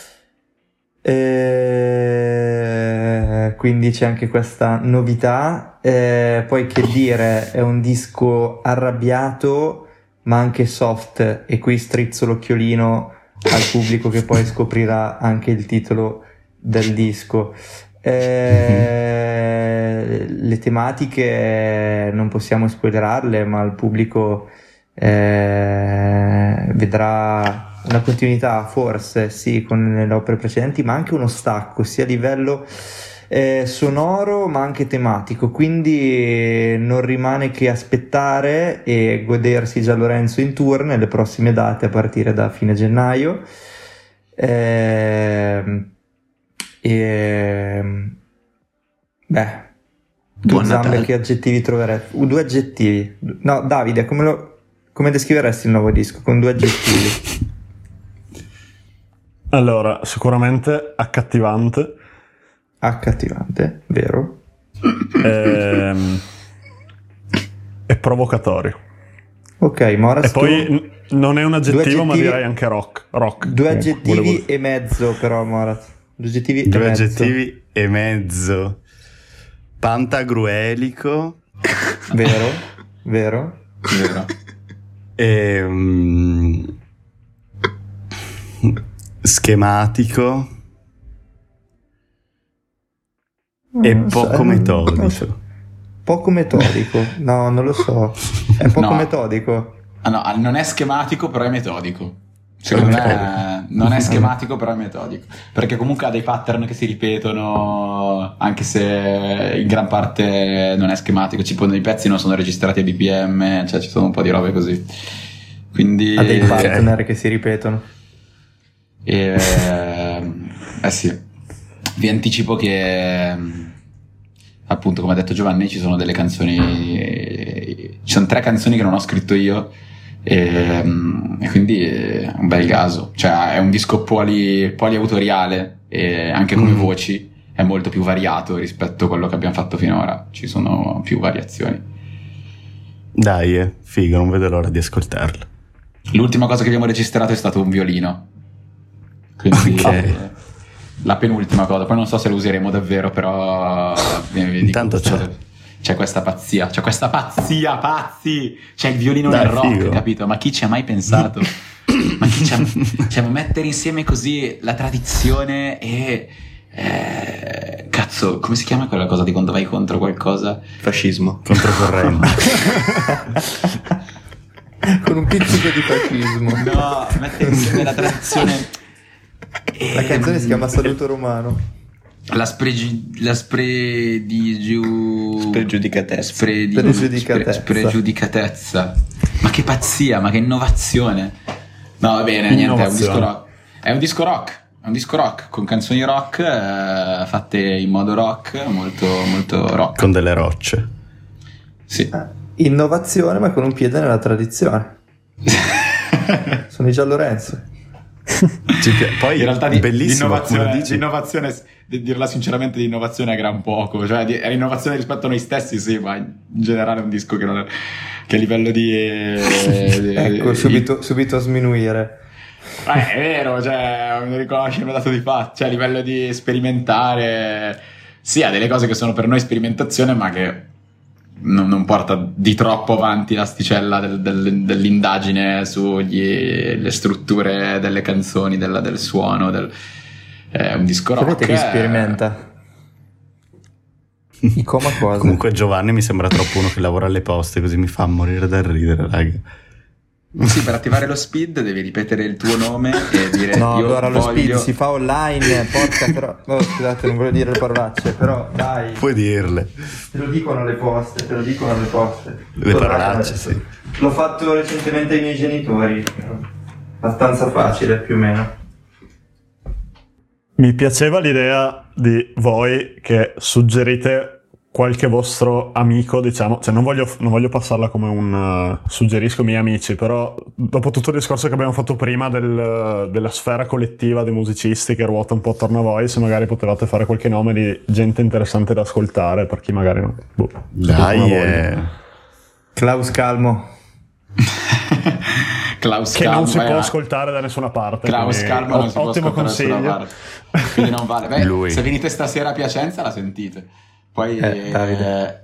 quindi c'è anche questa novità. Poi che dire, è un disco arrabbiato ma anche soft, e qui strizzo l'occhiolino al pubblico che poi scoprirà anche il titolo del disco. Le tematiche non possiamo spoilerarle, ma il pubblico vedrà una continuità, forse sì, con le opere precedenti, ma anche uno stacco sia a livello sonoro ma anche tematico, quindi non rimane che aspettare e godersi Gian Lorenzo in tour nelle prossime date a partire da fine gennaio. Tu Zambe, che aggettivi troveresti? 2 aggettivi. No, Davide, come descriveresti il nuovo disco con 2 aggettivi? Allora, sicuramente accattivante. Accattivante, vero? E provocatorio. Ok, Moraz, e poi non è un aggettivo, ma direi anche rock. 2 aggettivi e mezzo, però, Moraz. 2 aggettivi e mezzo. Aggettivi e mezzo. Pantagruelico. Vero. Schematico. E poco metodico. Poco metodico? No, non lo so. È poco metodico. No, non è schematico, però è metodico. Secondo me non è schematico, però è metodico, perché comunque ha dei pattern che si ripetono, anche se in gran parte non è schematico. Tipo, nei pezzi non sono registrati a BPM, cioè ci sono un po' di robe così, quindi ha dei partner che si ripetono. Sì, vi anticipo che appunto, come ha detto Giovanni, ci sono 3 canzoni che non ho scritto io. E quindi è un bel caso, cioè è un disco poliautoriale, e anche come voci è molto più variato rispetto a quello che abbiamo fatto finora, ci sono più variazioni. Dai, figo, non vedo l'ora di ascoltarlo. L'ultima cosa che abbiamo registrato è stato un violino, quindi la penultima cosa, poi non so se lo useremo davvero, però Intanto c'è questa pazzia, pazzi! C'è il violino Dai, nel rock, figo. capito? Ma chi ci ha mai pensato? Ma chi ci ha... cioè, mettere insieme così la tradizione e... cazzo, come si chiama quella cosa di quando vai contro qualcosa? Fascismo. Controcorrente. Con un pizzico di fascismo. No, mettere insieme la tradizione... La canzone si chiama Saluto Romano. Spregiudicatezza. Ma che pazzia, ma che innovazione. No, va bene, niente, è un disco rock. È un disco rock con canzoni rock fatte in modo rock, molto molto rock. Con delle rocce. Sì. Innovazione, ma con un piede nella tradizione. Sono i Giallorenzo. Poi In realtà bellissimo come lo dici. l'innovazione, dirla sinceramente, di innovazione è gran poco, cioè è l'innovazione rispetto a noi stessi, sì, ma in generale è un disco che, non è, che a livello di Ecco, subito a sminuire. È vero, cioè mi riconosce un dato di fatto, cioè a livello di sperimentare, sì, ha delle cose che sono per noi sperimentazione, ma che non porta di troppo avanti l'asticella dell'indagine sulle strutture delle canzoni, del suono, è un disco rock. Sapete chi sperimenta? I coma cosa? Comunque Giovanni mi sembra troppo uno che lavora alle poste, così mi fa morire dal ridere, raga. Sì, per attivare lo speed devi ripetere il tuo nome e dire No, io allora lo voglio... speed si fa online, porca però... Oh, scusate, non voglio dire le parolacce, però dai. Puoi dirle. Te lo dicono le poste. Le parolacce, sì. L'ho fatto recentemente ai miei genitori. Abbastanza facile, più o meno. Mi piaceva l'idea di voi che suggerite qualche vostro amico, diciamo, cioè non voglio passarla come un suggerisco miei amici, però dopo tutto il discorso che abbiamo fatto prima della sfera collettiva dei musicisti che ruota un po' attorno a voi, se magari potevate fare qualche nome di gente interessante da ascoltare, per chi magari no. Dai, Klaus Calmo. Klaus che Calmo, non si può ascoltare da nessuna parte. Klaus Calmo non si può ottimo ascoltare da nessuna consiglio. parte. Quindi non vale. Beh, Lui. se venite stasera a Piacenza la sentite. Poi Davide.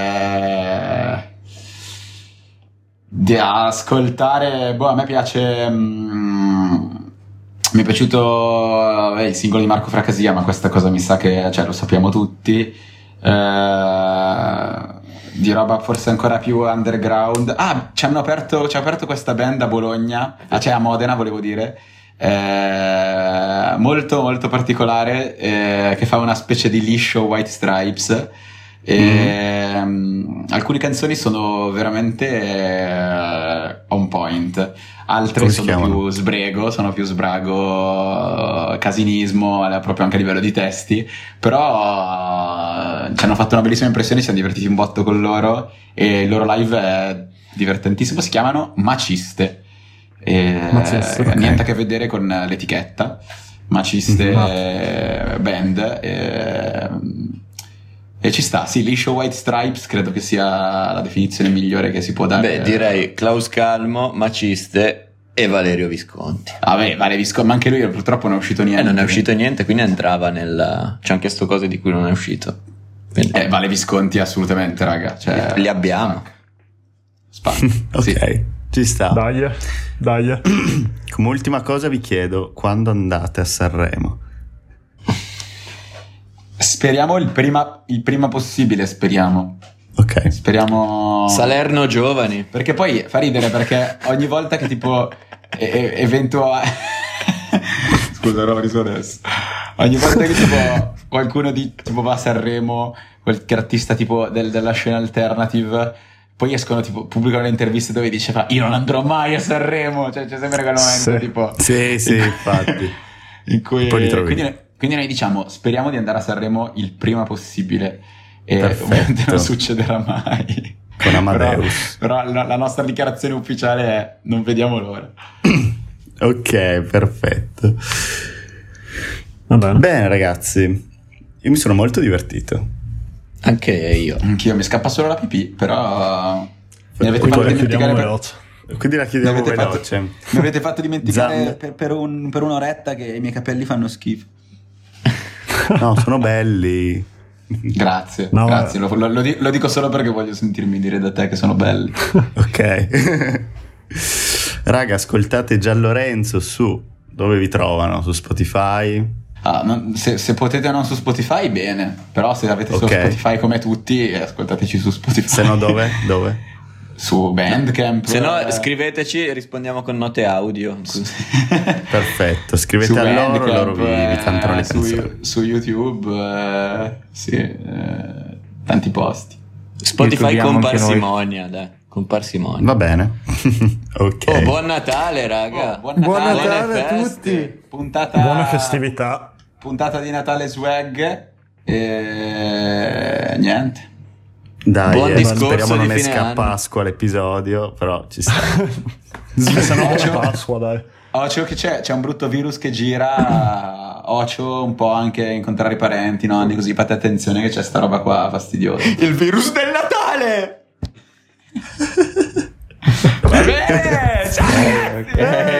di ascoltare, a me piace, mi è piaciuto il singolo di Marco Fracasia, ma questa cosa mi sa che, cioè, lo sappiamo tutti. Di roba forse ancora più underground. Ci ha aperto questa band a Bologna, cioè a Modena volevo dire, molto molto particolare, che fa una specie di liscio White Stripes. Alcune canzoni sono veramente on point, altre sono più sbrago, casinismo, proprio anche a livello di testi, però ci hanno fatto una bellissima impressione, ci siamo divertiti un botto con loro e il loro live è divertentissimo. Si chiamano Maciste, okay. Niente a che vedere con l'etichetta Maciste band, e ci sta, sì, liscio White Stripes credo che sia la definizione migliore che si può dare. Beh, direi Klaus Calmo, Maciste e Valerio Visconti. Valerio Visconti, ma anche lui purtroppo non è uscito niente. Non è uscito niente, quindi entrava nel... Ci hanno chiesto cose di cui non è uscito. Quindi... Vale Visconti assolutamente, raga. Cioè... Li abbiamo. Ok, sì. Ci sta. Dai. Come ultima cosa vi chiedo, quando andate a Sanremo? Speriamo il prima possibile, speriamo. Ok. Speriamo... Salerno Giovani. Perché poi fa ridere, perché ogni volta che tipo eventuale... Scusa, non lo riso adesso. Ogni volta che tipo qualcuno tipo va a Sanremo, qualche artista tipo della scena alternative, poi escono tipo, pubblicano le interviste dove dice io non andrò mai a Sanremo, cioè c'è sempre quel momento tipo... Sì, infatti. In cui... Poi li trovi. Quindi noi diciamo, speriamo di andare a Sanremo il prima possibile, e ovviamente non succederà mai. Con Amadeus. Però la nostra dichiarazione ufficiale è non vediamo l'ora. Ok, perfetto. Va bene. Bene ragazzi, io mi sono molto divertito. Anche io. Anch'io, mi scappa solo la pipì, però mi avete Quindi fatto la chiudiamo dimenticare veloce. Quindi la chiediamo veloce. Mi avete fatto dimenticare Zan. per un'oretta che i miei capelli fanno schifo. No, sono belli. Grazie, No, grazie. Lo dico solo perché voglio sentirmi dire da te che sono belli. Ok. Raga, ascoltate Gian Lorenzo su... Dove vi trovano? Su Spotify? Se potete non su Spotify, bene. Però se avete su Ok. Spotify come tutti, ascoltateci su Spotify. Se no dove? Dove? Su Bandcamp. Se no, scriveteci e rispondiamo con note audio. Perfetto, scrivete su a loro, Bandcamp, loro vi cantano le canzoni. su YouTube, tanti posti. Spotify Ricordiamo con anche noi. parsimonia, dai, con parsimonia. Va bene. Ok. Oh, buon Natale, raga. Buon Buon Natale, Natale a feste. tutti. Buone festività. Puntata di Natale swag e niente. Dai, Buon discorso speriamo non di fine esca a anno. Pasqua l'episodio, però ci sta. Se no Ocio. è Pasqua, dai. Ocio che c'è un brutto virus che gira, ocio un po' anche incontrare i parenti, nonni, così fate attenzione che c'è sta roba qua fastidiosa. Il virus del Natale! Va bene, ciao ragazzi!